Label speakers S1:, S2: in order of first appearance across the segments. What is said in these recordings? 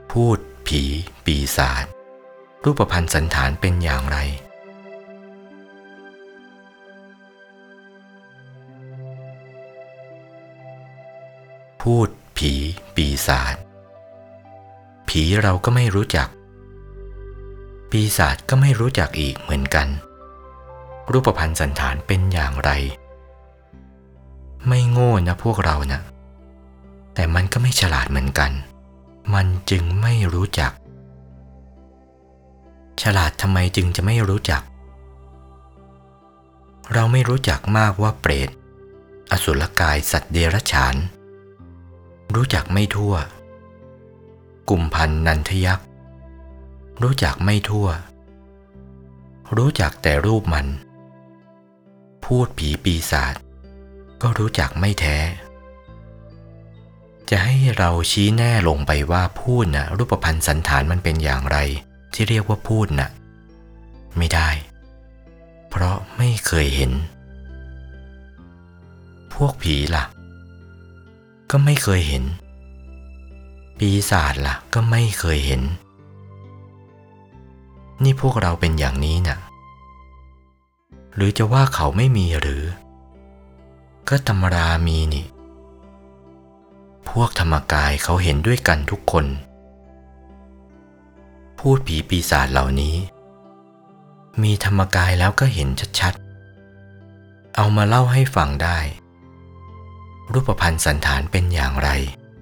S1: พูดผีปีศาจรูปพรรณสันฐานเป็นอย่างไรพูดผีปีศาจผีเราก็ไม่รู้จักปีศาจก็ไม่รู้จักอีกเหมือนกันรูปพรรณสันฐานเป็นอย่างไรไม่โง่นะพวกเรานะแต่มันก็ไม่ฉลาดเหมือนกันมันจึงไม่รู้จักฉลาดทำไมจึงจะไม่รู้จักเราไม่รู้จักมากว่าเปรตอสุรกายสัตว์เดรัจฉานรู้จักไม่ทั่วกุมพันนันทยักษ์รู้จักไม่ทั่วรู้จักแต่รูปมันพูดผีปีศาจก็รู้จักไม่แท้จะให้เราชี้แน่ลงไปว่าพูดนะรูปพรรณสันฐานมันเป็นอย่างไรที่เรียกว่าพูดนะไม่ได้เพราะไม่เคยเห็นพวกผีล่ะก็ไม่เคยเห็นปีศาจล่ะก็ไม่เคยเห็นนี่พวกเราเป็นอย่างนี้นะหรือจะว่าเขาไม่มีหรือก็ตำรามีนี่พวกธรรมกายเขาเห็นด้วยกันทุกคนพูดผีปีศาจเหล่านี้มีธรรมกายแล้วก็เห็นชัดๆเอามาเล่าให้ฟังได้รูปพรรณสันฐานเป็นอย่างไร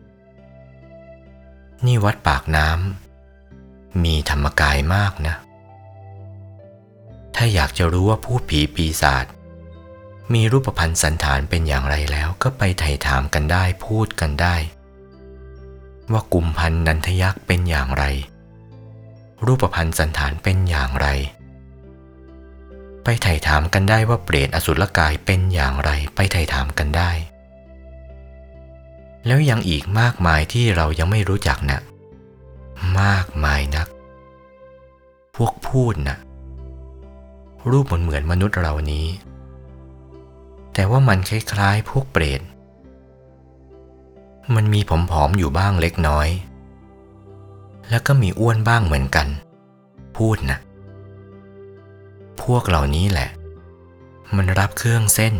S1: นี่วัดปากน้ำมีธรรมกายมากนะถ้าอยากจะรู้ว่าพูดผีปีศาจมีรูปพรรณสันฐานเป็นอย่างไรแล้วก็ไปไถ่ถามกันได้พูดกันได้ว่ากุมพันนันทยักษ์เป็นอย่างไรรูปพรรณสันฐานเป็นอย่างไรไปไถ่ถามกันได้ว่าเปรตอสุรกายเป็นอย่างไรไปไถ่ถามกันได้แล้วยังอีกมากมายที่เรายังไม่รู้จักนะมากมายนักพวกพูดนะรูปเหมือนมนุษย์เรานี้แต่ว่ามันคล้ายๆพวกเปรตมันมีผอมๆอยู่บ้างเล็กน้อยแล้วก็มีอ้วนบ้างเหมือนกันพูดนะพวกเหล่านี้แหละมันรับเครื่องเส้น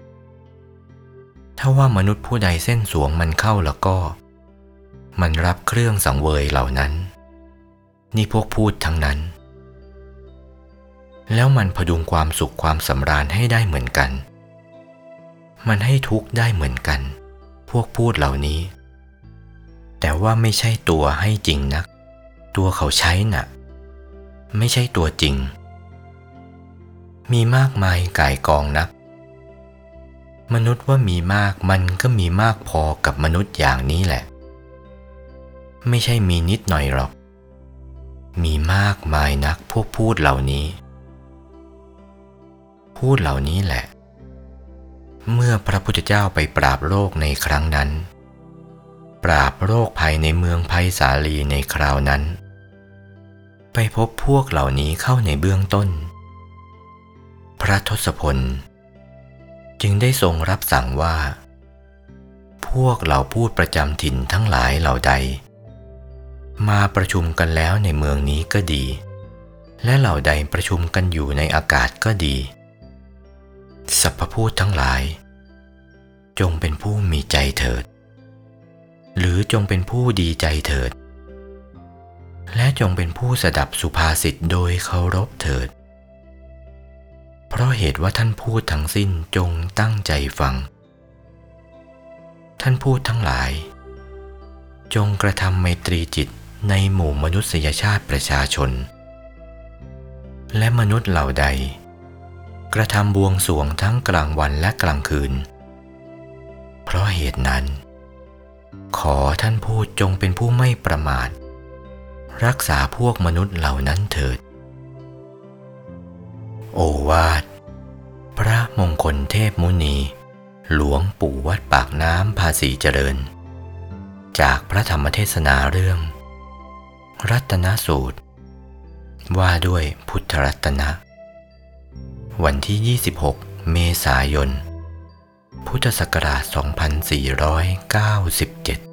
S1: ถ้าว่ามนุษย์ผู้ใดเส้นสวงมันเข้าแล้วก็มันรับเครื่องสังเวยเหล่านั้นนี่พวกพูดทั้งนั้นแล้วมันพดุงความสุขความสำราญให้ได้เหมือนกันมันให้ทุกข์ได้เหมือนกันพวกพูดเหล่านี้แต่ว่าไม่ใช่ตัวให้จริงนักตัวเขาใช้น่ะไม่ใช่ตัวจริงมีมากมายก่ายกองนักมนุษย์ว่ามีมากมันก็มีมากพอกับมนุษย์อย่างนี้แหละไม่ใช่มีนิดหน่อยหรอกมีมากมายนักพวกพูดเหล่านี้พูดเหล่านี้แหละเมื่อพระพุทธเจ้าไปปราบโรคในครั้งนั้นปราบโรคภัยในเมืองไผ่สาลีในคราวนั้นไปพบพวกเหล่านี้เข้าในเบื้องต้นพระทศพลจึงได้ทรงรับสั่งว่าพวกเหล่าพูดประจำถิ่นทั้งหลายเหล่าใดมาประชุมกันแล้วในเมืองนี้ก็ดีและเหล่าใดประชุมกันอยู่ในอากาศก็ดีสรรพพูดทั้งหลายจงเป็นผู้มีใจเถิดหรือจงเป็นผู้ดีใจเถิดและจงเป็นผู้สดับสุภาษิตโดยเคารพเถิดเพราะเหตุว่าท่านพูดทั้งสิ้นจงตั้งใจฟังท่านพูดทั้งหลายจงกระทำไมตรีจิตในหมู่มนุษยชาติประชาชนและมนุษย์เหล่าใดกระทำบวงสรวงทั้งกลางวันและกลางคืนเพราะเหตุนั้นขอท่านพูดจงเป็นผู้ไม่ประมาทรักษาพวกมนุษย์เหล่านั้นเถิดโอวาทพระมงคลเทพมุนีหลวงปู่วัดปากน้ำภาษีเจริญจากพระธรรมเทศนาเรื่องรัตนสูตรว่าด้วยพุทธรัตนะวันที่ 26 เมษายน พุทธศักราช 2497